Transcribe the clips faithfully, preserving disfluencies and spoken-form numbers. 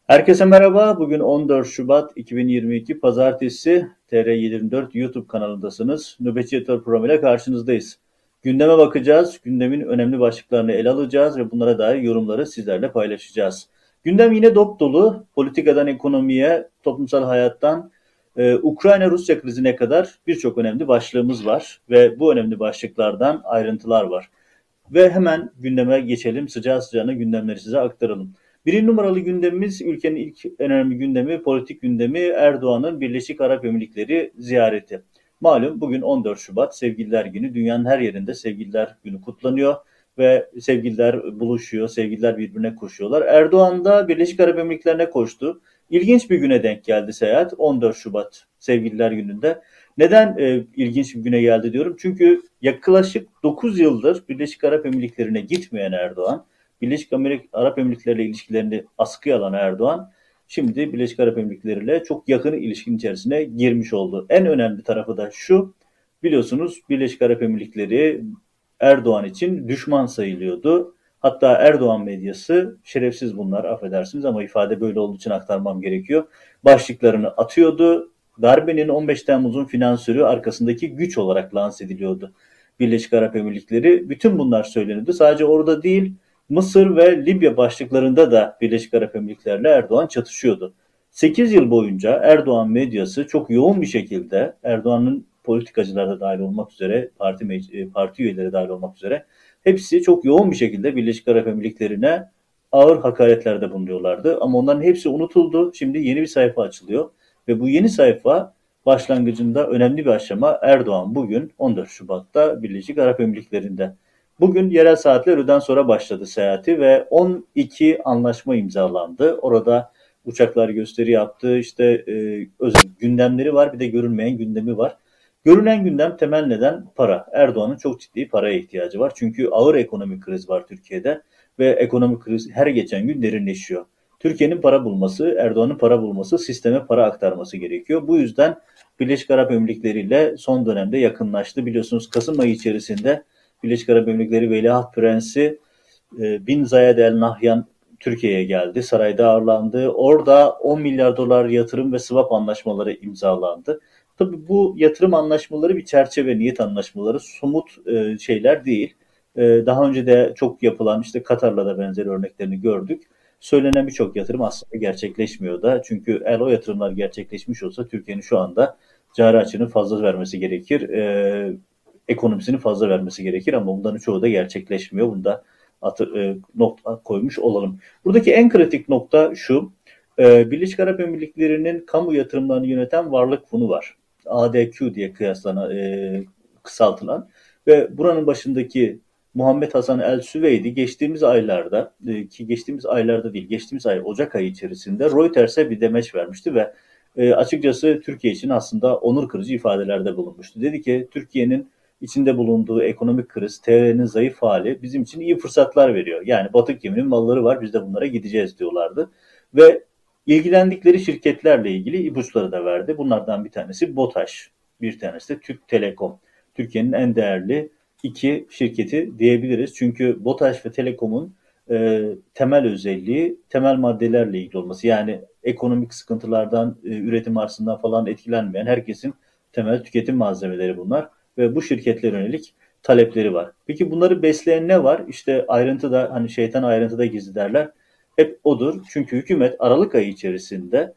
Herkese merhaba. Bugün on dört Şubat iki bin yirmi iki Pazartesi T R yedi yirmi dört YouTube kanalındasınız. Nöbetçi Yatırım Programı ile karşınızdayız. Gündeme bakacağız. Gündemin önemli başlıklarını ele alacağız ve bunlara dair yorumları sizlerle paylaşacağız. Gündem yine dop dolu. Politikadan ekonomiye, toplumsal hayattan e, Ukrayna-Rusya krizine kadar birçok önemli başlığımız var ve bu önemli başlıklardan ayrıntılar var. Ve hemen gündeme geçelim. Sıcağı sıcağına gündemleri size aktaralım. Birinci numaralı gündemimiz ülkenin ilk en önemli gündemi, politik gündemi Erdoğan'ın Birleşik Arap Emirlikleri ziyareti. Malum bugün on dört Şubat Sevgililer Günü. Dünyanın her yerinde Sevgililer Günü kutlanıyor ve sevgililer buluşuyor, sevgililer birbirine koşuyorlar. Erdoğan da Birleşik Arap Emirlikleri'ne koştu. İlginç bir güne denk geldi seyahat on dört Şubat Sevgililer Günü'nde. Neden e, ilginç bir güne geldi diyorum? Çünkü yaklaşık dokuz yıldır Birleşik Arap Emirlikleri'ne gitmeyen Erdoğan, Birleşik Arap Emirlikleri ile ilişkilerini askıya alan Erdoğan, şimdi Birleşik Arap Emirlikleri ile çok yakın ilişkin içerisine girmiş oldu. En önemli tarafı da şu, biliyorsunuz Birleşik Arap Emirlikleri Erdoğan için düşman sayılıyordu. Hatta Erdoğan medyası, şerefsiz bunlar affedersiniz ama ifade böyle olduğu için aktarmam gerekiyor, başlıklarını atıyordu. Darbenin on beş Temmuz'un finansörü arkasındaki güç olarak lanse ediliyordu Birleşik Arap Emirlikleri. Bütün bunlar söyleniyordu. Sadece orada değil, Mısır ve Libya başlıklarında da Birleşik Arap Emirlikleri ile Erdoğan çatışıyordu. sekiz yıl boyunca Erdoğan medyası çok yoğun bir şekilde Erdoğan'ın politikacılar da dahil olmak üzere, parti parti üyeleri dahil olmak üzere hepsi çok yoğun bir şekilde Birleşik Arap Emirlikleri'ne ağır hakaretlerde bulunuyorlardı. Ama onların hepsi unutuldu. Şimdi yeni bir sayfa açılıyor. Ve bu yeni sayfa başlangıcında önemli bir aşama. Erdoğan bugün on dört Şubat'ta Birleşik Arap Emirlikleri'nde. Bugün yerel saatler öğleden sonra başladı seyahati ve on iki anlaşma imzalandı. Orada uçaklar gösteri yaptı. İşte e, özel gündemleri var, bir de görünmeyen gündemi var. Görünen gündem, temel neden para. Erdoğan'ın çok ciddi paraya ihtiyacı var. Çünkü ağır ekonomik kriz var Türkiye'de ve ekonomik kriz her geçen gün derinleşiyor. Türkiye'nin para bulması, Erdoğan'ın para bulması, sisteme para aktarması gerekiyor. Bu yüzden Birleşik Arap Emirlikleri ile son dönemde yakınlaştı. Biliyorsunuz Kasım ayı içerisinde Birleşik Arap Emirlikleri Veliaht Prensi e, Bin Zayed El Nahyan Türkiye'ye geldi. Sarayda ağırlandı. Orada on milyar dolar yatırım ve swap anlaşmaları imzalandı. Tabii bu yatırım anlaşmaları bir çerçeve, niyet anlaşmaları, somut e, şeyler değil. E, daha önce de çok yapılan, işte Katar'la da benzer örneklerini gördük. Söylenen birçok yatırım aslında gerçekleşmiyor da. Çünkü eğer o yatırımlar gerçekleşmiş olsa Türkiye'nin şu anda cari açığını fazla vermesi gerekir. E, ekonomisini fazla vermesi gerekir ama bunların çoğu da gerçekleşmiyor. Bunda atı, e, nokta koymuş olalım. Buradaki en kritik nokta şu. E, Birleşik Arap Emirlikleri'nin kamu yatırımlarını yöneten Varlık Fonu var. A D Q diye kıyaslanan, e, kısaltılan ve buranın başındaki Muhammed Hasan El Süveydi geçtiğimiz aylarda, e, ki geçtiğimiz aylarda değil, geçtiğimiz ay Ocak ayı içerisinde Reuters'e bir demeç vermişti ve e, açıkçası Türkiye için aslında onur kırıcı ifadelerde bulunmuştu. Dedi ki Türkiye'nin içinde bulunduğu ekonomik kriz, T L'nin zayıf hali bizim için iyi fırsatlar veriyor. Yani batık geminin malları var, biz de bunlara gideceğiz diyorlardı. Ve ilgilendikleri şirketlerle ilgili ipuçları da verdi. Bunlardan bir tanesi BOTAŞ, bir tanesi de Türk Telekom. Türkiye'nin en değerli iki şirketi diyebiliriz. Çünkü BOTAŞ ve Telekom'un e, temel özelliği temel maddelerle ilgili olması. Yani ekonomik sıkıntılardan, e, üretim arzından falan etkilenmeyen herkesin temel tüketim malzemeleri bunlar ve bu şirketlere yönelik talepleri var. Peki bunları besleyen ne var? İşte ayrıntıda, hani şeytan ayrıntıda gizli derler. Hep odur. Çünkü hükümet Aralık ayı içerisinde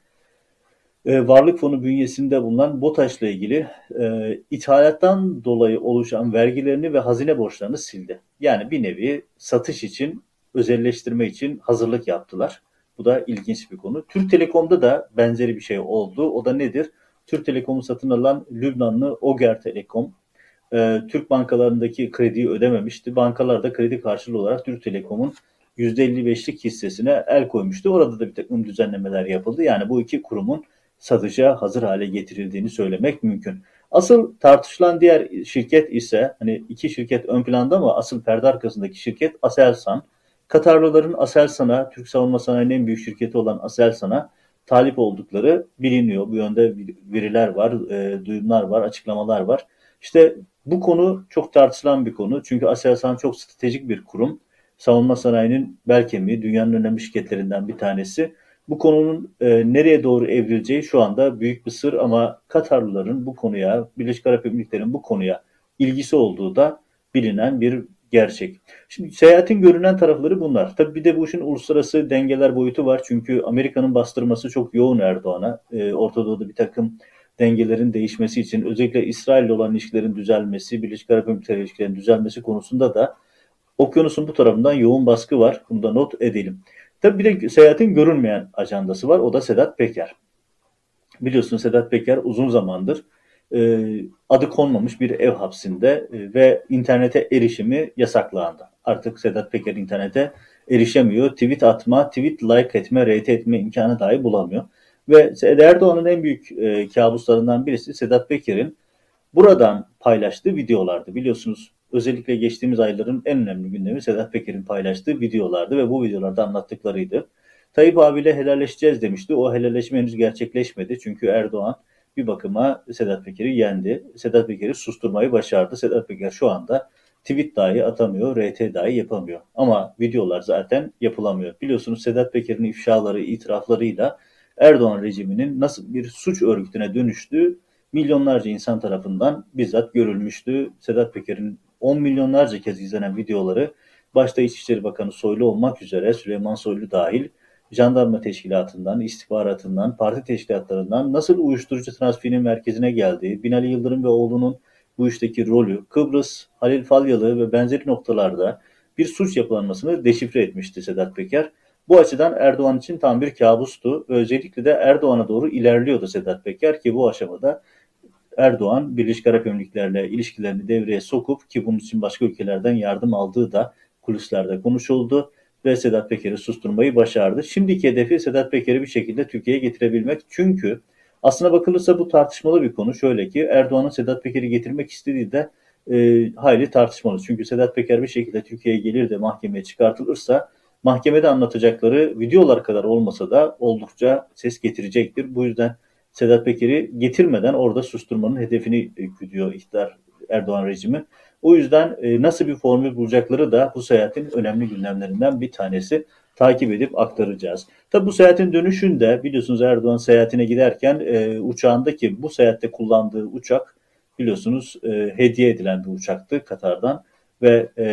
e, Varlık Fonu bünyesinde bulunan BOTAŞ'la ilgili e, ithalattan dolayı oluşan vergilerini ve hazine borçlarını sildi. Yani bir nevi satış için, özelleştirme için hazırlık yaptılar. Bu da ilginç bir konu. Türk Telekom'da da benzeri bir şey oldu. O da nedir? Türk Telekom'u satın alan Lübnanlı Oger Telekom, e, Türk bankalarındaki krediyi ödememişti. Bankalar da kredi karşılığı olarak Türk Telekom'un yüzde elli beşlik hissesine el koymuştu. Orada da bir takım düzenlemeler yapıldı. Yani bu iki kurumun satışa hazır hale getirildiğini söylemek mümkün. Asıl tartışılan diğer şirket ise, hani iki şirket ön planda ama asıl perde arkasındaki şirket Aselsan. Katarlıların Aselsan'a, Türk savunma sanayinin en büyük şirketi olan Aselsan'a talip oldukları biliniyor. Bu yönde veriler var, e, duyumlar var, açıklamalar var. İşte bu konu çok tartışılan bir konu. Çünkü Aselsan çok stratejik bir kurum. Savunma sanayinin bel kemiği, dünyanın önemli şirketlerinden bir tanesi. Bu konunun e, nereye doğru evrileceği şu anda büyük bir sır ama Katarlıların bu konuya, Birleşik Arap Emirlikleri'nin bu konuya ilgisi olduğu da bilinen bir gerçek. Şimdi seyahatin görünen tarafları bunlar. Tabii bir de bu işin uluslararası dengeler boyutu var. Çünkü Amerika'nın bastırması çok yoğun Erdoğan'a. E, Orta Doğu'da bir takım dengelerin değişmesi için özellikle İsrail'le olan ilişkilerin düzelmesi, Birleşik Arap Emirlikleri ilişkilerinin düzelmesi konusunda da okyanusun bu tarafından yoğun baskı var. Bunu da not edelim. Tabii bir de seyahatin görünmeyen ajandası var. O da Sedat Peker. Biliyorsun Sedat Peker uzun zamandır e, adı konmamış bir ev hapsinde e, ve internete erişimi yasaklandı. Artık Sedat Peker internete erişemiyor. Tweet atma, tweet like etme, rete etme imkanı dahi bulamıyor. Ve Erdoğan'ın en büyük e, kabuslarından birisi Sedat Peker'in buradan paylaştığı videolardı. Biliyorsunuz özellikle geçtiğimiz ayların en önemli gündemi Sedat Peker'in paylaştığı videolardı ve bu videolarda anlattıklarıydı. Tayyip abiyle helalleşeceğiz demişti. O helalleşme henüz gerçekleşmedi. Çünkü Erdoğan bir bakıma Sedat Peker'i yendi. Sedat Peker'i susturmayı başardı. Sedat Peker şu anda tweet dahi atamıyor, R T dahi yapamıyor. Ama videolar zaten yapılamıyor. Biliyorsunuz Sedat Peker'in ifşaları, itiraflarıyla Erdoğan rejiminin nasıl bir suç örgütüne dönüştüğü milyonlarca insan tarafından bizzat görülmüştü. Sedat Peker'in on milyonlarca kez izlenen videoları başta İçişleri Bakanı Soylu olmak üzere Süleyman Soylu dahil jandarma teşkilatından, istihbaratından, parti teşkilatlarından nasıl uyuşturucu transferinin merkezine geldiği, Binali Yıldırım ve oğlunun bu işteki rolü, Kıbrıs, Halil Falyalı ve benzeri noktalarda bir suç yapılanmasını deşifre etmişti Sedat Peker. Bu açıdan Erdoğan için tam bir kabustu. Özellikle de Erdoğan'a doğru ilerliyordu Sedat Peker ki bu aşamada Erdoğan Birleşik Arap Emirlikleri'yle ilişkilerini devreye sokup ki bunun için başka ülkelerden yardım aldığı da kulislerde konuşuldu ve Sedat Peker'i susturmayı başardı. Şimdiki hedefi Sedat Peker'i bir şekilde Türkiye'ye getirebilmek. Çünkü aslına bakılırsa bu tartışmalı bir konu. Şöyle ki Erdoğan'ın Sedat Peker'i getirmek istediği de e, hayli tartışmalı. Çünkü Sedat Peker bir şekilde Türkiye'ye gelir de mahkemeye çıkartılırsa mahkemede anlatacakları videolar kadar olmasa da oldukça ses getirecektir. Bu yüzden Sedat Peker'i getirmeden orada susturmanın hedefini güdüyor iktidar Erdoğan rejimi. O yüzden e, nasıl bir formül bulacakları da bu seyahatin önemli gündemlerinden bir tanesi. Takip edip aktaracağız. Tabi bu seyahatin dönüşünde biliyorsunuz Erdoğan seyahatine giderken e, uçağındaki bu seyahatte kullandığı uçak biliyorsunuz e, hediye edilen bir uçaktı Katar'dan ve e,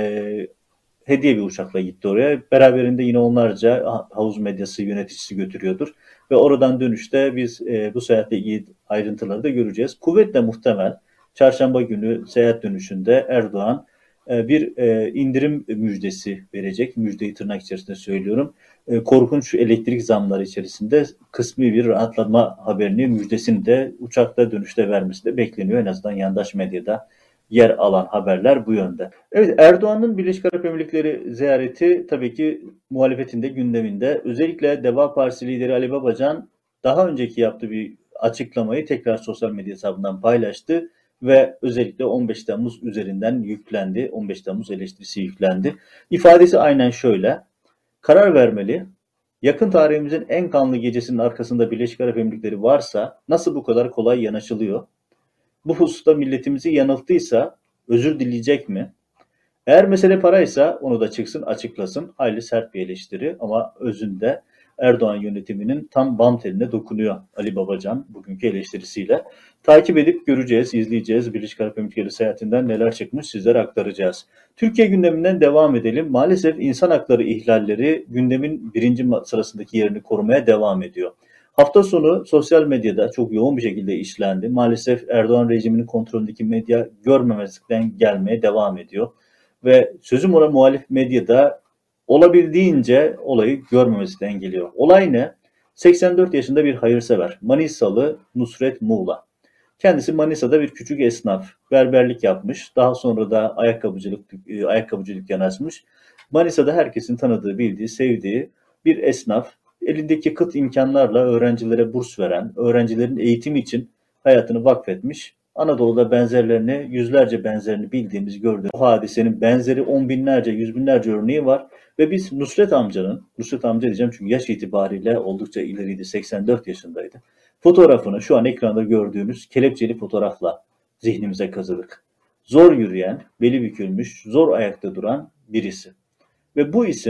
hediye bir uçakla gitti oraya. Beraberinde yine onlarca havuz medyası yöneticisi götürüyordur. Ve oradan dönüşte biz e, bu seyahatle ilgili ayrıntıları da göreceğiz. Kuvvetle muhtemel çarşamba günü seyahat dönüşünde Erdoğan e, bir e, indirim müjdesi verecek. Müjdeyi tırnak içerisinde söylüyorum. E, korkunç elektrik zamları içerisinde kısmi bir rahatlama haberini, müjdesini de uçakta dönüşte vermesi de bekleniyor. En azından yandaş medyada yer alan haberler bu yönde. Evet, Erdoğan'ın Birleşik Arap Emirlikleri ziyareti tabii ki muhalefetin de gündeminde. Özellikle Deva Partisi lideri Ali Babacan daha önceki yaptığı bir açıklamayı tekrar sosyal medya hesabından paylaştı ve özellikle on beş Temmuz üzerinden yüklendi. on beş Temmuz eleştirisi yüklendi. İfadesi aynen şöyle. Karar vermeli. Yakın tarihimizin en kanlı gecesinin arkasında Birleşik Arap Emirlikleri varsa nasıl bu kadar kolay yanaşılıyor? Bu hususta milletimizi yanılttıysa özür dileyecek mi? Eğer mesele paraysa onu da çıksın açıklasın. Hayli sert bir eleştiri ama özünde Erdoğan yönetiminin tam bam teline dokunuyor Ali Babacan bugünkü eleştirisiyle. Takip edip göreceğiz, izleyeceğiz. Birleşik Arap Emirlikleri seyahatinden neler çıkmış sizlere aktaracağız. Türkiye gündeminden devam edelim. Maalesef insan hakları ihlalleri gündemin birinci sırasındaki yerini korumaya devam ediyor. Hafta sonu sosyal medyada çok yoğun bir şekilde işlendi. Maalesef Erdoğan rejiminin kontrolündeki medya görmemezlikten gelmeye devam ediyor. Ve sözüm ona muhalif medyada olabildiğince olayı görmemezlikten geliyor. Olay ne? seksen dört yaşında bir hayırsever. Manisalı Nusret Muğla. Kendisi Manisa'da bir küçük esnaf. Berberlik yapmış. Daha sonra da ayakkabıcılık, ayakkabıcı dükkanı açmış. Manisa'da herkesin tanıdığı, bildiği, sevdiği bir esnaf. Elindeki kıt imkanlarla öğrencilere burs veren, öğrencilerin eğitimi için hayatını vakfetmiş. Anadolu'da benzerlerini, yüzlerce benzerini bildiğimiz, gördüğümüz bu hadisenin benzeri on binlerce, yüz binlerce örneği var. Ve biz Nusret amcanın, Nusret amca diyeceğim çünkü yaş itibariyle oldukça ileriydi, seksen dört yaşındaydı. Fotoğrafını şu an ekranda gördüğünüz kelepçeli fotoğrafla zihnimize kazıdık. Zor yürüyen, beli bükülmüş, zor ayakta duran birisi. Ve bu isim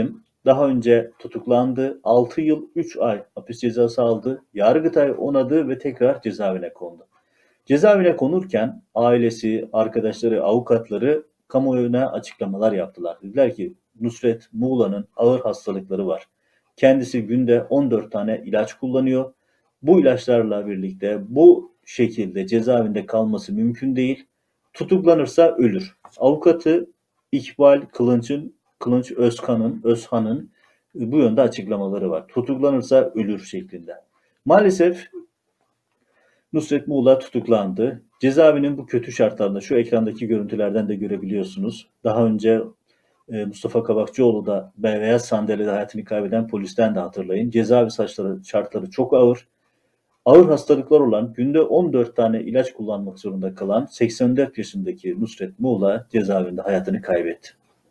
daha önce tutuklandı. altı yıl üç ay hapis cezası aldı. Yargıtay onadı ve tekrar cezaevine kondu. Cezaevine konurken ailesi, arkadaşları, avukatları kamuoyuna açıklamalar yaptılar. Dediler ki Nusret Muğla'nın ağır hastalıkları var. Kendisi günde on dört tane ilaç kullanıyor. Bu ilaçlarla birlikte bu şekilde cezaevinde kalması mümkün değil. Tutuklanırsa ölür. Avukatı İkbal Kılınç'ın, Kılınç Özkan'ın, Özhan'ın bu yönde açıklamaları var. Tutuklanırsa ölür şeklinde. Maalesef Nusret Muğla tutuklandı. Cezaevinin bu kötü şartlarında şu ekrandaki görüntülerden de görebiliyorsunuz. Daha önce e, Mustafa Kabakçıoğlu da beyaz sandalyede hayatını kaybeden polisten de hatırlayın. Cezaevi saçları, şartları çok ağır. Ağır hastalıklar olan, günde on dört tane ilaç kullanmak zorunda kalan seksen dört yaşındaki Nusret Muğla cezaevinde hayatını kaybetti.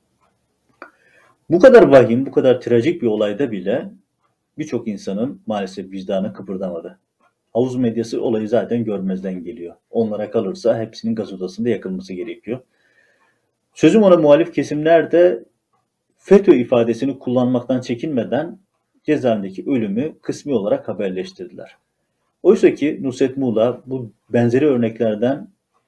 Bu kadar vahim, bu kadar trajik bir olayda bile birçok insanın maalesef vicdanı kıpırdamadı. Havuz medyası olayı zaten görmezden geliyor. Onlara kalırsa hepsinin gaz odasında yakılması gerekiyor. Sözüm ona muhalif kesimler de FETÖ ifadesini kullanmaktan çekinmeden cezaevindeki ölümü kısmi olarak haberleştirdiler. Oysa ki Nusret Muğla bu benzeri örneklerden,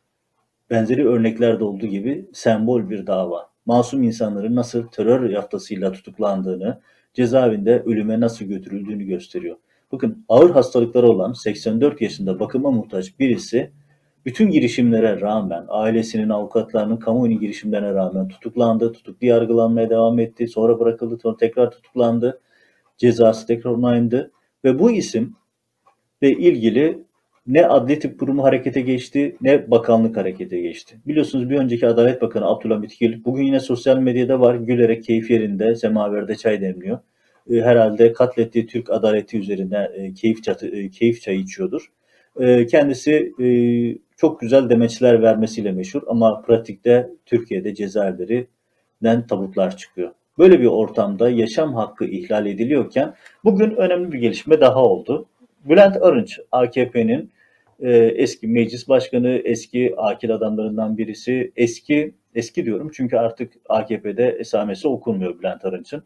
benzeri örneklerde olduğu gibi sembol bir dava. Masum insanların nasıl terör yaftasıyla tutuklandığını, cezaevinde ölüme nasıl götürüldüğünü gösteriyor. Bakın ağır hastalıkları olan seksen dört yaşında bakıma muhtaç birisi bütün girişimlere rağmen, ailesinin, avukatlarının, kamuoyunun girişimlerine rağmen tutuklandı, tutuklu yargılanmaya devam etti, sonra bırakıldı, sonra tekrar tutuklandı, cezası tekrar onaylandı ve bu isim ile ilgili ne Adli Tıp Kurumu harekete geçti ne bakanlık harekete geçti. Biliyorsunuz bir önceki Adalet Bakanı Abdülhamit Gül bugün yine sosyal medyada var, gülerek keyif yerinde semaverde çay demliyor. E, herhalde katlettiği Türk adaleti üzerine e, keyif, çatı, e, keyif çayı içiyordur. E, kendisi e, çok güzel demeçler vermesiyle meşhur ama pratikte Türkiye'de cezaevlerinden tabutlar çıkıyor. Böyle bir ortamda yaşam hakkı ihlal ediliyorken bugün önemli bir gelişme daha oldu. Bülent Arınç, A K P'nin e, eski meclis başkanı, eski akil adamlarından birisi, eski eski diyorum çünkü artık A K P'de esamesi okunmuyor Bülent Arınç'ın.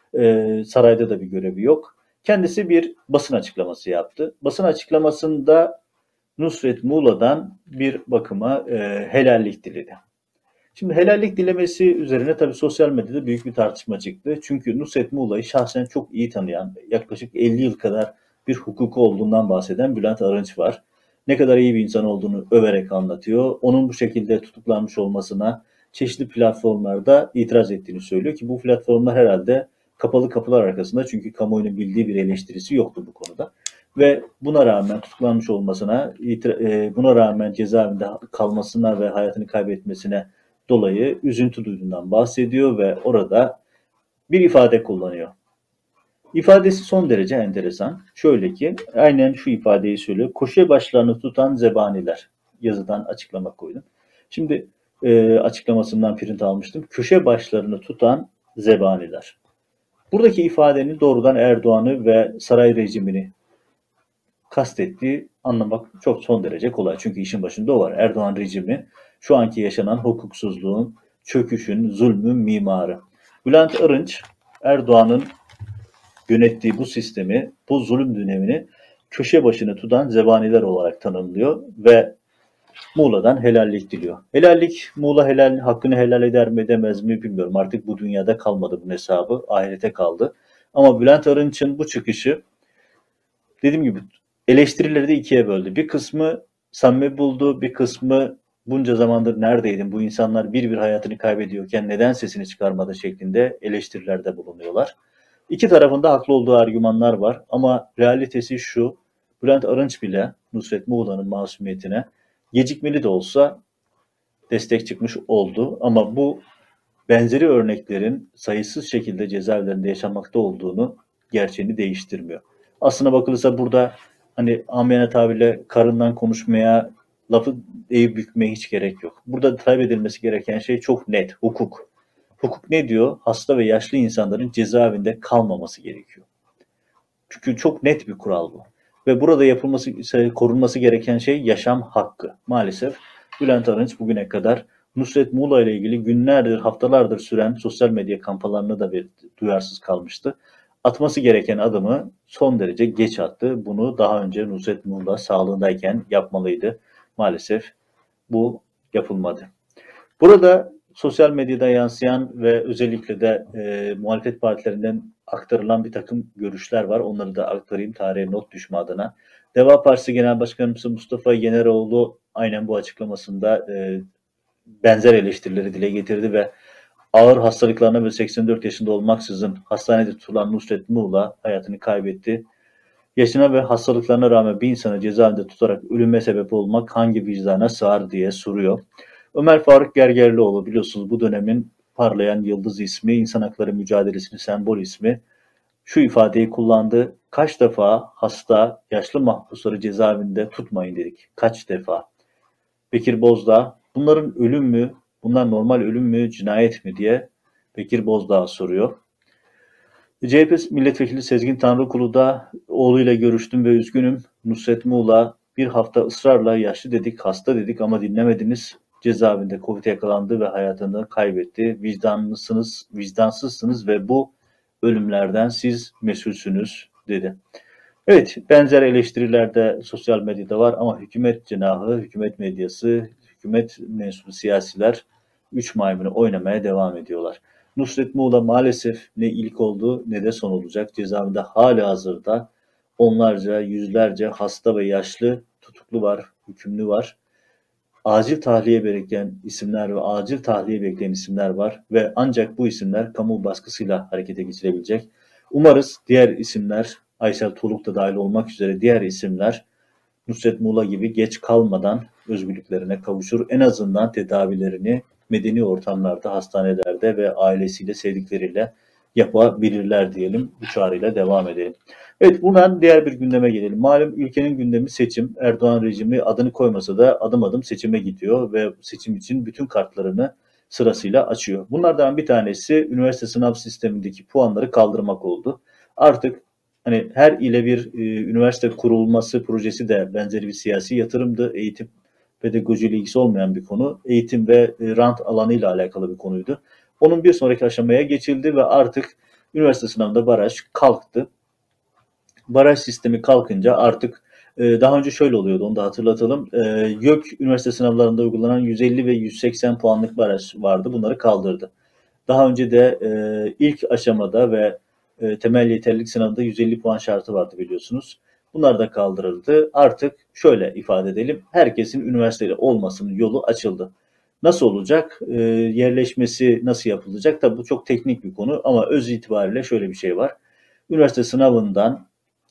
E, sarayda da bir görevi yok. Kendisi bir basın açıklaması yaptı. Basın açıklamasında Nusret Muğla'dan bir bakıma e, helallik diledi. Şimdi helallik dilemesi üzerine tabii sosyal medyada büyük bir tartışma çıktı. Çünkü Nusret Muğla'yı şahsen çok iyi tanıyan, yaklaşık elli yıl kadar bir hukuku olduğundan bahseden Bülent Arınç var. Ne kadar iyi bir insan olduğunu överek anlatıyor. Onun bu şekilde tutuklanmış olmasına çeşitli platformlarda itiraz ettiğini söylüyor ki bu platformlar herhalde kapalı kapılar arkasında çünkü kamuoyunun bildiği bir eleştirisi yoktu bu konuda. Ve buna rağmen tutuklanmış olmasına, buna rağmen cezaevinde kalmasına ve hayatını kaybetmesine dolayı üzüntü duyduğundan bahsediyor ve orada bir ifade kullanıyor. İfadesi son derece enteresan. Şöyle ki, aynen şu ifadeyi söylüyor. Köşe başlarını tutan zebaniler. Yazıdan açıklama koydum. Şimdi e, açıklamasından print almıştım. Köşe başlarını tutan zebaniler. Buradaki ifadenin doğrudan Erdoğan'ı ve saray rejimini kastettiği anlamak çok son derece kolay. Çünkü işin başında o var. Erdoğan rejimi şu anki yaşanan hukuksuzluğun, çöküşün, zulmün mimarı. Bülent Arınç, Erdoğan'ın yönettiği bu sistemi, bu zulüm dönemini köşe başını tutan zebaniler olarak tanımlıyor ve Muğla'dan helallik diliyor. Helallik, Muğla helal, hakkını helal eder mi edemez mi bilmiyorum. Artık bu dünyada kalmadı bunun hesabı, ahirete kaldı. Ama Bülent Arınç'ın bu çıkışı, dediğim gibi eleştirileri de ikiye böldü. Bir kısmı samimi buldu, bir kısmı bunca zamandır neredeydin, bu insanlar bir bir hayatını kaybediyorken neden sesini çıkarmadı şeklinde eleştirilerde bulunuyorlar. İki tarafında haklı olduğu argümanlar var ama realitesi şu, Bülent Arınç bile Nusret Muğla'nın masumiyetine gecikmeli de olsa destek çıkmış oldu ama bu benzeri örneklerin sayısız şekilde cezaevlerinde yaşanmakta olduğunu gerçeğini değiştirmiyor. Aslına bakılırsa burada hani amiyane tabirle karından konuşmaya, lafı eğip bükmeye hiç gerek yok. Burada talep edilmesi gereken şey çok net, hukuk. Hukuk ne diyor? Hasta ve yaşlı insanların cezaevinde kalmaması gerekiyor. Çünkü çok net bir kural bu. Ve burada yapılması, korunması gereken şey yaşam hakkı. Maalesef Bülent Arınç bugüne kadar Nusret Muğla ile ilgili günlerdir, haftalardır süren sosyal medya kampanyalarına da bir duyarsız kalmıştı. Atması gereken adımı son derece geç attı. Bunu daha önce Nusret Muğla sağlığındayken yapmalıydı. Maalesef bu yapılmadı. Burada sosyal medyada yansıyan ve özellikle de e, muhalefet partilerinden aktarılan bir takım görüşler var. Onları da aktarayım tarihe not düşme adına. Deva Partisi Genel Başkanımız Mustafa Yeneroğlu aynen bu açıklamasında e, benzer eleştirileri dile getirdi ve ağır hastalıklarına ve seksen dört yaşında olmaksızın hastanede tutulan Nusret Muğla hayatını kaybetti. Yaşına ve hastalıklarına rağmen bir insanı cezaevinde tutarak ölüme sebep olmak hangi vicdana sığar diye soruyor. Ömer Faruk Gergerlioğlu biliyorsunuz bu dönemin parlayan yıldız ismi, insan hakları mücadelesinin sembol ismi. Şu ifadeyi kullandı. Kaç defa hasta, yaşlı mahpusları cezaevinde tutmayın dedik. Kaç defa. Bekir Bozdağ, bunların ölüm mü, bunlar normal ölüm mü, cinayet mi diye Bekir Bozdağ soruyor. C H P Milletvekili Sezgin Tanrıkulu da oğluyla görüştüm ve üzgünüm. Nusret Muğla bir hafta ısrarla yaşlı dedik, hasta dedik ama dinlemediniz. Cezaevinde Covid'e yakalandı ve hayatını kaybetti. Vicdanlısınız, vicdansızsınız ve bu ölümlerden siz mesulsünüz dedi. Evet, benzer eleştiriler de sosyal medyada var ama hükümet cenahı, hükümet medyası, hükümet mensubu siyasiler üç maymunu oynamaya devam ediyorlar. Nusret Muğla maalesef ne ilk oldu ne de son olacak. Cezaevinde halihazırda onlarca, yüzlerce hasta ve yaşlı tutuklu var, hükümlü var. Acil tahliye bekleyen isimler ve acil tahliye bekleyen isimler var ve ancak bu isimler kamu baskısıyla harekete geçirebilecek. Umarız diğer isimler, Aysel Tuğluk da dahil olmak üzere diğer isimler Nusret Muğla gibi geç kalmadan özgürlüklerine kavuşur. En azından tedavilerini medeni ortamlarda, hastanelerde ve ailesiyle, sevdikleriyle yapabilirler diyelim. Bu çağrıyla devam edelim. Evet, buradan diğer bir gündeme gelelim. Malum ülkenin gündemi seçim. Erdoğan rejimi adını koymasa da adım adım seçime gidiyor ve seçim için bütün kartlarını sırasıyla açıyor. Bunlardan bir tanesi üniversite sınav sistemindeki puanları kaldırmak oldu. Artık hani her ile bir e, üniversite kurulması projesi de benzeri bir siyasi yatırımdı. Eğitim pedagojiyle ilgisi olmayan bir konu. Eğitim ve e, rant alanıyla alakalı bir konuydu. Onun bir sonraki aşamaya geçildi ve artık üniversite sınavında baraj kalktı. Baraj sistemi kalkınca artık e, daha önce şöyle oluyordu, onu da hatırlatalım. E, YÖK üniversite sınavlarında uygulanan yüz elli ve yüz seksen puanlık baraj vardı. Bunları kaldırdı. Daha önce de e, ilk aşamada ve e, temel yeterlilik sınavında yüz elli puan şartı vardı biliyorsunuz. Bunlar da kaldırıldı. Artık şöyle ifade edelim. Herkesin üniversiteli olmasının yolu açıldı. Nasıl olacak? E, yerleşmesi nasıl yapılacak? Tabii bu çok teknik bir konu ama öz itibariyle şöyle bir şey var. Üniversite sınavından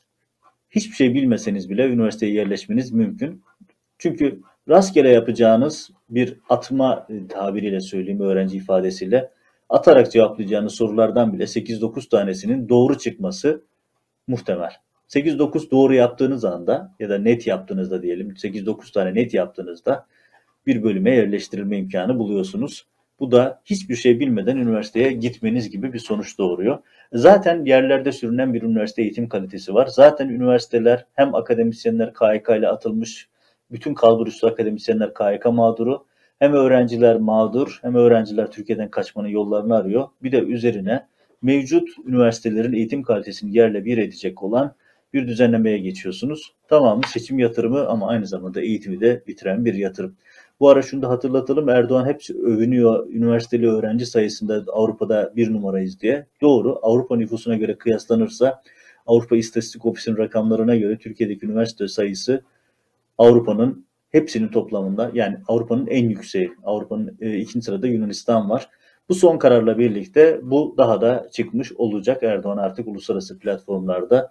hiçbir şey bilmeseniz bile üniversiteye yerleşmeniz mümkün. Çünkü rastgele yapacağınız bir atma tabiriyle söyleyeyim, öğrenci ifadesiyle atarak cevaplayacağınız sorulardan bile sekiz dokuz tanesinin doğru çıkması muhtemel. sekiz dokuz doğru yaptığınız anda ya da net yaptığınızda diyelim sekiz dokuz tane net yaptığınızda bir bölüme yerleştirilme imkanı buluyorsunuz. Bu da hiçbir şey bilmeden üniversiteye gitmeniz gibi bir sonuç doğuruyor. Zaten yerlerde sürünen bir üniversite eğitim kalitesi var. Zaten üniversiteler hem akademisyenler K Y K ile atılmış, bütün kalburüstü akademisyenler K Y K mağduru, hem öğrenciler mağdur, hem öğrenciler Türkiye'den kaçmanın yollarını arıyor. Bir de üzerine mevcut üniversitelerin eğitim kalitesini yerle bir edecek olan bir düzenlemeye geçiyorsunuz. Tamamı seçim yatırımı ama aynı zamanda eğitimi de bitiren bir yatırım. Bu ara şunu da hatırlatalım, Erdoğan hep övünüyor üniversiteli öğrenci sayısında Avrupa'da bir numarayız diye. Doğru, Avrupa nüfusuna göre kıyaslanırsa Avrupa İstatistik Ofisi'nin rakamlarına göre Türkiye'deki üniversite sayısı Avrupa'nın hepsinin toplamında, yani Avrupa'nın en yükseği. Avrupa'nın e, ikinci sırada Yunanistan var. Bu son kararla birlikte bu daha da çıkmış olacak. Erdoğan artık uluslararası platformlarda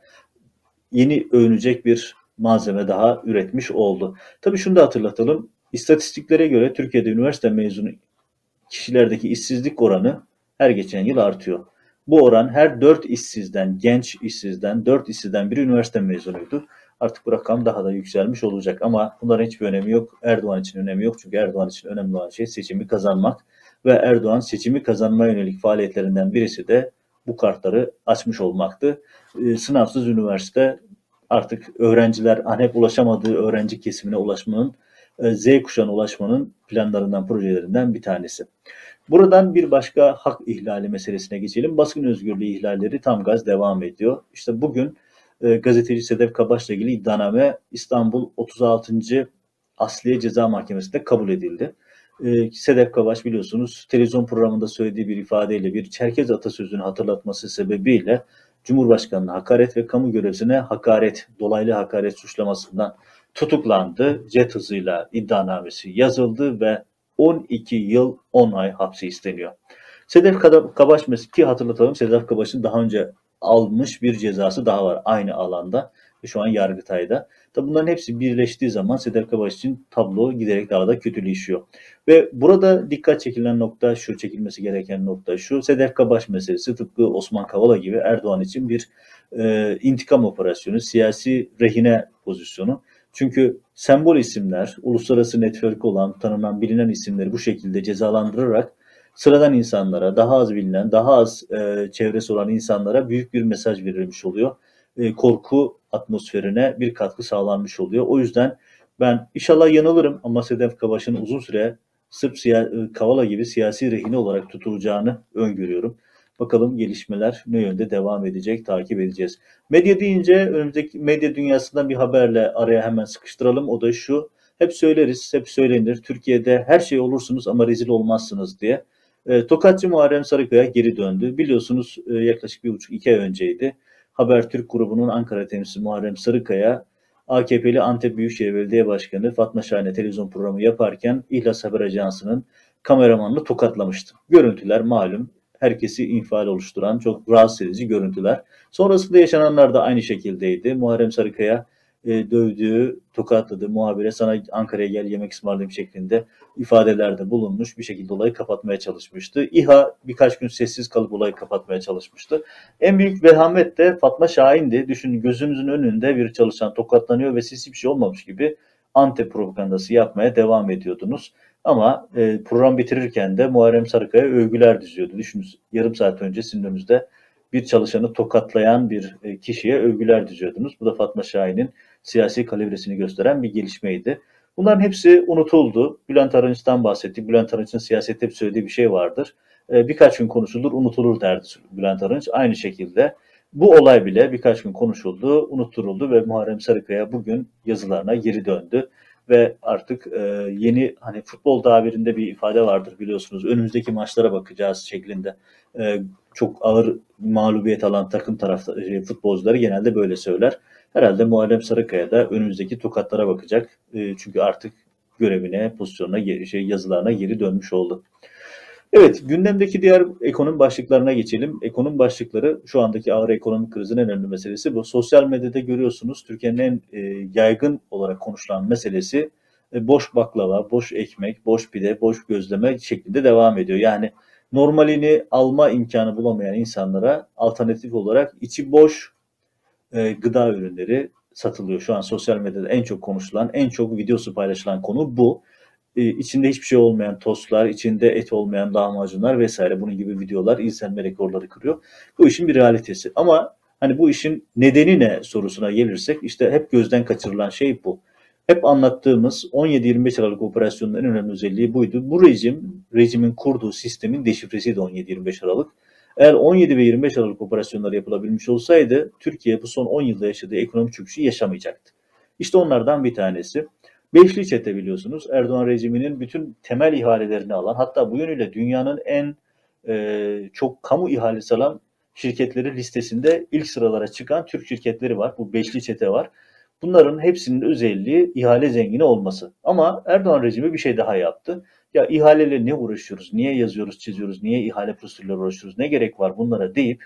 yeni övünecek bir malzeme daha üretmiş oldu. Tabii şunu da hatırlatalım. İstatistiklere göre Türkiye'de üniversite mezunu kişilerdeki işsizlik oranı her geçen yıl artıyor. Bu oran her dört işsizden, genç işsizden, dört işsizden biri üniversite mezunuydu. Artık bu rakam daha da yükselmiş olacak ama bunların hiçbir önemi yok. Erdoğan için önemi yok çünkü Erdoğan için önemli olan şey seçimi kazanmak ve Erdoğan seçimi kazanmaya yönelik faaliyetlerinden birisi de bu kartları açmış olmaktı. E, sınavsız üniversite artık öğrenciler hani hep ulaşamadığı öğrenci kesimine ulaşmanın e, Z kuşağına ulaşmanın planlarından, projelerinden bir tanesi. Buradan bir başka hak ihlali meselesine geçelim. Basın özgürlüğü ihlalleri tam gaz devam ediyor. İşte bugün e, gazeteci Sedef Kabaş'la ilgili iddianame İstanbul otuz altıncı Asliye Ceza Mahkemesi'nde kabul edildi. E, Sedef Kabaş biliyorsunuz televizyon programında söylediği bir ifadeyle bir Çerkez atasözünü hatırlatması sebebiyle Cumhurbaşkanı'na hakaret ve kamu görevlisine hakaret, dolaylı hakaret suçlamasından tutuklandı. Jet hızıyla iddianamesi yazıldı ve on iki yıl on ay hapsi isteniyor. Sedef Kabaş ki hatırlatalım, Sedef Kabaş'ın daha önce almış bir cezası daha var aynı alanda ve şu an Yargıtay'da. Tabi bunların hepsi birleştiği zaman Sedef Kabaş için tablo giderek daha da kötüleşiyor. Ve burada dikkat çekilen nokta şu, çekilmesi gereken nokta şu: Sedef Kabaş meselesi tıpkı Osman Kavala gibi Erdoğan için bir e, intikam operasyonu, siyasi rehine pozisyonu. Çünkü sembol isimler, uluslararası network olan, tanınan, bilinen isimleri bu şekilde cezalandırarak sıradan insanlara, daha az bilinen, daha az e, çevresi olan insanlara büyük bir mesaj verilmiş oluyor. E, korku atmosferine bir katkı sağlanmış oluyor. O yüzden ben inşallah yanılırım ama Sedef Kabaş'ın uzun süre sırf siya- Kavala gibi siyasi rehine olarak tutulacağını öngörüyorum. Bakalım gelişmeler ne yönde devam edecek, takip edeceğiz. Medya deyince önümüzdeki medya dünyasından bir haberle araya hemen sıkıştıralım. O da şu: hep söyleriz, hep söylenir, Türkiye'de her şey olursunuz ama rezil olmazsınız diye. E, Tokatçı Muharrem Sarıkaya geri döndü. Biliyorsunuz e, yaklaşık bir buçuk iki ay önceydi. Habertürk grubunun Ankara temsilcisi Muharrem Sarıkaya, A K P'li Antep Büyükşehir Belediye Başkanı Fatma Şahin'e televizyon programı yaparken İhlas Haber Ajansı'nın kameramanını tokatlamıştı. Görüntüler malum, herkesi infial oluşturan çok rahatsız edici görüntüler. Sonrasında yaşananlar da aynı şekildeydi. Muharrem Sarıkaya e, dövdüğü, tokatladığı muhabire sana Ankara'ya gel yemek ısmarlayayım şeklinde ifadelerde bulunmuş, bir şekilde olayı kapatmaya çalışmıştı. İHA birkaç gün sessiz kalıp olayı kapatmaya çalışmıştı. En büyük vehamet de Fatma Şahin'di. Düşünün, gözünüzün önünde bir çalışan tokatlanıyor ve siz hiçbir şey olmamış gibi Antep propagandası yapmaya devam ediyordunuz. Ama e, program bitirirken de Muharrem Sarıkaya övgüler diziyordu. Düşünün, yarım saat önce sizin önünüzde bir çalışanı tokatlayan bir e, kişiye övgüler diziyordunuz. Bu da Fatma Şahin'in siyasi kalibresini gösteren bir gelişmeydi. Bunların hepsi unutuldu. Bülent Arınç'tan bahsettik. Bülent Arınç'ın siyasette hep söylediği bir şey vardır. E, birkaç gün konuşulur, unutulur derdi Bülent Arınç. Aynı şekilde bu olay bile birkaç gün konuşuldu, unutturuldu ve Muharrem Sarıkaya bugün yazılarına geri döndü. Ve artık e, yeni, hani futbol tabirinde bir ifade vardır biliyorsunuz, önümüzdeki maçlara bakacağız şeklinde. E, çok ağır mağlubiyet alan takım tarafta, e, futbolcuları genelde böyle söyler. Herhalde Muharrem Sarıkaya da önümüzdeki tokatlara bakacak. E, çünkü artık görevine, pozisyonuna, geri, şey, yazılarına geri dönmüş oldu. Evet, gündemdeki diğer ekonomi başlıklarına geçelim. Ekonomi başlıkları, şu andaki ağır ekonomik krizin en önemli meselesi bu. Sosyal medyada görüyorsunuz, Türkiye'nin en e, yaygın olarak konuşulan meselesi e, boş baklava, boş ekmek, boş pide, boş gözleme şeklinde devam ediyor. Yani normalini alma imkanı bulamayan insanlara alternatif olarak içi boş e, gıda ürünleri satılıyor. Şu an sosyal medyada en çok konuşulan, en çok videosu paylaşılan konu bu. E, içinde hiçbir şey olmayan tostlar, içinde et olmayan lahmacunlar vesaire, bunun gibi videolar izlenme rekorları kırıyor. Bu işin bir realitesi. Ama hani bu işin nedeni ne sorusuna gelirsek, işte hep gözden kaçırılan şey bu. Hep anlattığımız on yedi yirmi beş Aralık operasyonunun en önemli özelliği buydu. Bu rejim, rejimin kurduğu sistemin deşifresiydi on yedi yirmi beş Aralık. Eğer on yedi ve yirmi beş Aralık operasyonları yapılabilmiş olsaydı Türkiye bu son on yılda yaşadığı ekonomik çöküşü yaşamayacaktı. İşte onlardan bir tanesi. Beşli çete biliyorsunuz, Erdoğan rejiminin bütün temel ihalelerini alan, hatta bu yönüyle dünyanın en e, çok kamu ihalesi alan şirketleri listesinde ilk sıralara çıkan Türk şirketleri var. Bu beşli çete var. Bunların hepsinin özelliği ihale zengini olması. Ama Erdoğan rejimi bir şey daha yaptı. Ya ihaleyle ne uğraşıyoruz, niye yazıyoruz, çiziyoruz, niye ihale prosedürleri uğraşıyoruz, ne gerek var bunlara deyip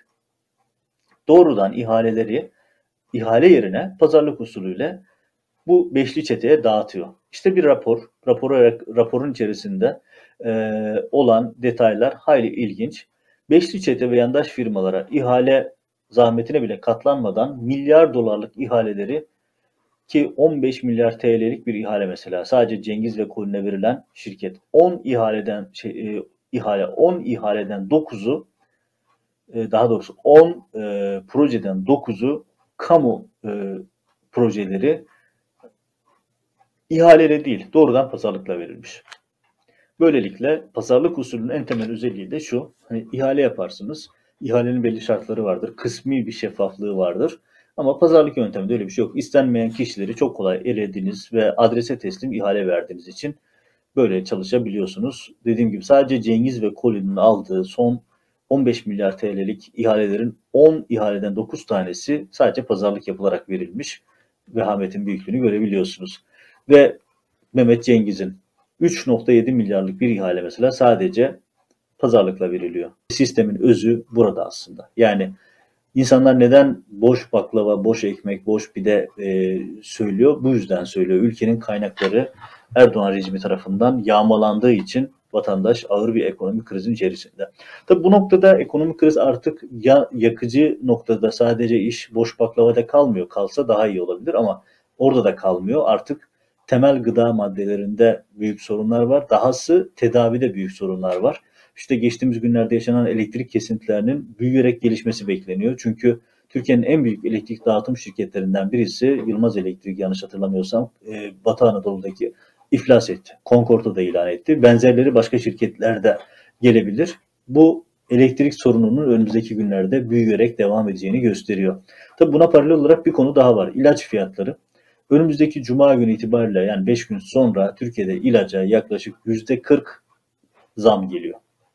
doğrudan ihaleleri ihale yerine pazarlık usulüyle bu beşli çeteye dağıtıyor. İşte bir rapor, rapor raporun içerisinde e, olan detaylar hayli ilginç. Beşli çete ve yandaş firmalara ihale zahmetine bile katlanmadan milyar dolarlık ihaleleri, ki on beş milyar T L'lik bir ihale mesela, sadece Cengiz ve Kolin'e verilen şirket, on ihaleden şey, e, ihale on ihaleden dokuzu, e, daha doğrusu on e, projeden dokuzu kamu e, projeleri. ihaleyle değil, doğrudan pazarlıkla verilmiş. Böylelikle pazarlık usulünün en temel özelliği de şu: hani ihale yaparsınız, ihalenin belli şartları vardır, kısmi bir şeffaflığı vardır. Ama pazarlık yönteminde öyle bir şey yok. İstenmeyen kişileri çok kolay elediniz ve adrese teslim ihale verdiğiniz için böyle çalışabiliyorsunuz. Dediğim gibi sadece Cengiz ve Colin'in aldığı son on beş milyar T L'lik ihalelerin on ihaleden dokuz tanesi sadece pazarlık yapılarak verilmiş. Vehametin büyüklüğünü görebiliyorsunuz. Ve Mehmet Cengiz'in üç nokta yedi milyarlık bir ihale mesela sadece pazarlıkla veriliyor. Sistemin özü burada aslında. Yani insanlar neden boş baklava, boş ekmek, boş pide e, söylüyor? Bu yüzden söylüyor. Ülkenin kaynakları Erdoğan rejimi tarafından yağmalandığı için vatandaş ağır bir ekonomik krizin içerisinde. Tabii bu noktada ekonomik kriz artık ya yakıcı noktada sadece iş boş baklavada kalmıyor. Kalsa daha iyi olabilir ama orada da kalmıyor. Artık temel gıda maddelerinde büyük sorunlar var. Dahası tedavide büyük sorunlar var. İşte geçtiğimiz günlerde yaşanan elektrik kesintilerinin büyüyerek gelişmesi bekleniyor. Çünkü Türkiye'nin en büyük elektrik dağıtım şirketlerinden birisi Yılmaz Elektrik, yanlış hatırlamıyorsam e, Batı Anadolu'daki iflas etti. Concords'u da ilan etti. Benzerleri başka şirketlerde gelebilir. Bu elektrik sorununun önümüzdeki günlerde büyüyerek devam edeceğini gösteriyor. Tabi buna paralel olarak bir konu daha var: İlaç fiyatları. Önümüzdeki Cuma günü itibariyle, yani beş gün sonra Türkiye'de ilaca yaklaşık yüzde kırk zam geliyor.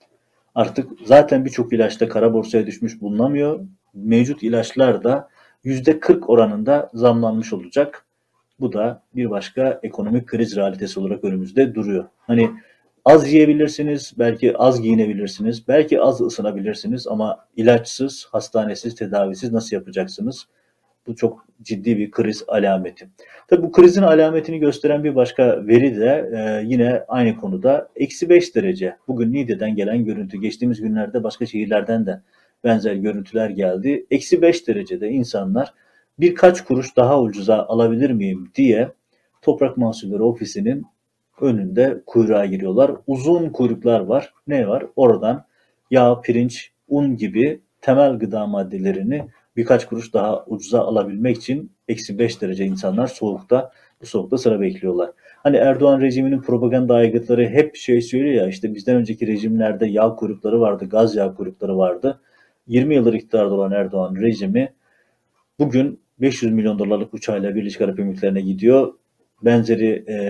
Artık zaten birçok ilaçta kara borsaya düşmüş bulunamıyor. Mevcut ilaçlar da yüzde kırk oranında zamlanmış olacak. Bu da bir başka ekonomik kriz realitesi olarak önümüzde duruyor. Hani az yiyebilirsiniz, belki az giyinebilirsiniz, belki az ısınabilirsiniz ama ilaçsız, hastanesiz, tedavisiz nasıl yapacaksınız? Bu çok ciddi bir kriz alameti. Tabii bu krizin alametini gösteren bir başka veri de e, yine aynı konuda: eksi beş derece. Bugün Niğde'den gelen görüntü. Geçtiğimiz günlerde başka şehirlerden de benzer görüntüler geldi. Eksi beş derecede insanlar birkaç kuruş daha ucuza alabilir miyim diye Toprak Mahsulleri Ofisi'nin önünde kuyruğa giriyorlar. Uzun kuyruklar var. Ne var? Oradan yağ, pirinç, un gibi temel gıda maddelerini birkaç kuruş daha ucuza alabilmek için eksi beş derece insanlar soğukta, bu soğukta sıra bekliyorlar. Hani Erdoğan rejiminin propaganda aygıtları hep şey söylüyor ya, işte bizden önceki rejimlerde yağ kuyrukları vardı, gaz yağ kuyrukları vardı. yirmi yıldır iktidarda olan Erdoğan rejimi bugün beş yüz milyon dolarlık uçağıyla Birleşik Arap Emirlikleri'ne gidiyor. Benzeri e,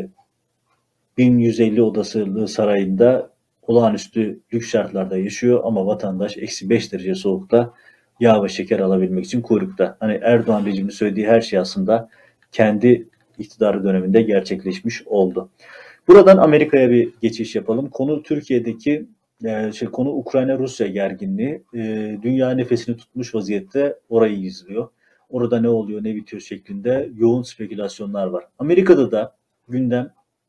bin yüz elli odasılı sarayında olağanüstü lüks şartlarda yaşıyor ama vatandaş eksi beş derece soğukta yağ ve şeker alabilmek için kuyrukta. Hani Erdoğan rejiminin söylediği her şey aslında kendi iktidarı döneminde gerçekleşmiş oldu. Buradan Amerika'ya bir geçiş yapalım. Konu Türkiye'deki e, şey konu Ukrayna-Rusya gerginliği. E, dünya nefesini tutmuş vaziyette orayı izliyor. Orada ne oluyor, ne bitiyor şeklinde yoğun spekülasyonlar var. Amerika'da da gündem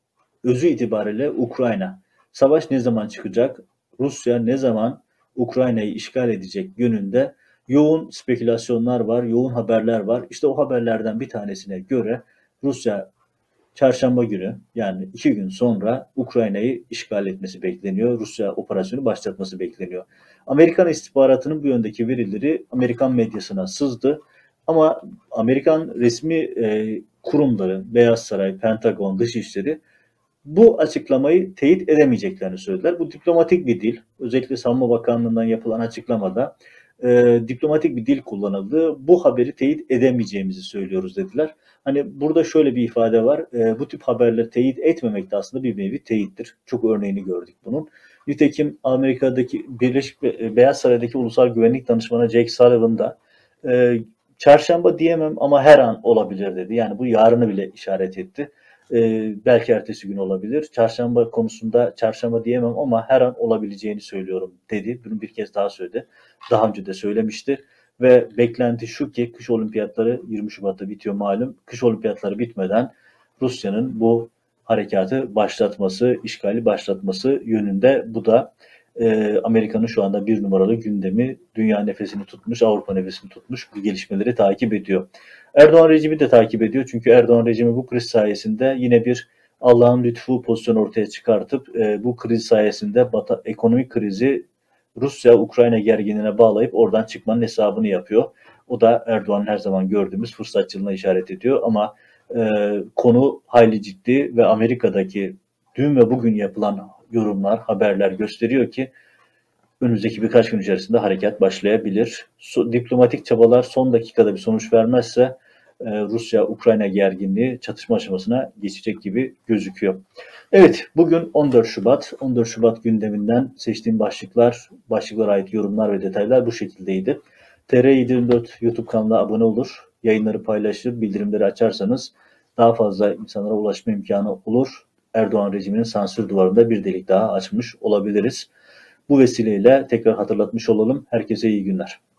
özü itibariyle Ukrayna. Savaş ne zaman çıkacak? Rusya ne zaman Ukrayna'yı işgal edecek yönünde yoğun spekülasyonlar var, yoğun haberler var. İşte o haberlerden bir tanesine göre Rusya çarşamba günü, yani iki gün sonra Ukrayna'yı işgal etmesi bekleniyor. Rusya operasyonu başlatması bekleniyor. Amerikan istihbaratının bu yöndeki verileri Amerikan medyasına sızdı. Ama Amerikan resmi e, kurumları, Beyaz Saray, Pentagon, Dışişleri bu açıklamayı teyit edemeyeceklerini söylediler. Bu diplomatik bir dil. Özellikle Savunma Bakanlığı'ndan yapılan açıklamada e, diplomatik bir dil kullanıldı. Bu haberi teyit edemeyeceğimizi söylüyoruz dediler. Hani burada şöyle bir ifade var: E, bu tip haberleri teyit etmemek de aslında bir nevi teyittir. Çok örneğini gördük bunun. Nitekim Amerika'daki Birleşik Beyaz Saray'daki Ulusal Güvenlik Danışmanı Jake Sullivan da e, çarşamba diyemem ama her an olabilir dedi. Yani bu yarını bile işaret etti. Ee, belki ertesi gün olabilir. Çarşamba konusunda çarşamba diyemem ama her an olabileceğini söylüyorum dedi. Bunu bir kez daha söyledi. Daha önce de söylemişti. Ve beklenti şu ki kış olimpiyatları yirmi Şubat'ta bitiyor malum. Kış olimpiyatları bitmeden Rusya'nın bu harekatı başlatması, işgali başlatması yönünde. Bu da e, Amerika'nın şu anda bir numaralı gündemi. Dünya nefesini tutmuş, Avrupa nefesini tutmuş, bu gelişmeleri takip ediyor. Erdoğan rejimi de takip ediyor. Çünkü Erdoğan rejimi bu kriz sayesinde yine bir Allah'ın lütfu pozisyonu ortaya çıkartıp e, bu kriz sayesinde Batı, ekonomik krizi Rusya-Ukrayna gerginliğine bağlayıp oradan çıkmanın hesabını yapıyor. O da Erdoğan'ın her zaman gördüğümüz fırsatçılığına işaret ediyor. Ama E, konu hayli ciddi ve Amerika'daki dün ve bugün yapılan yorumlar, haberler gösteriyor ki önümüzdeki birkaç gün içerisinde harekat başlayabilir. So, diplomatik çabalar son dakikada bir sonuç vermezse e, Rusya-Ukrayna gerginliği çatışma aşamasına geçecek gibi gözüküyor. Evet, bugün on dört Şubat. on dört Şubat gündeminden seçtiğim başlıklar, başlıklara ait yorumlar ve detaylar bu şekildeydi. T R yedi yirmi dört YouTube kanalına abone olur, yayınları paylaşır, bildirimleri açarsanız daha fazla insanlara ulaşma imkanı olur. Erdoğan rejiminin sansür duvarında bir delik daha açmış olabiliriz. Bu vesileyle tekrar hatırlatmış olalım. Herkese iyi günler.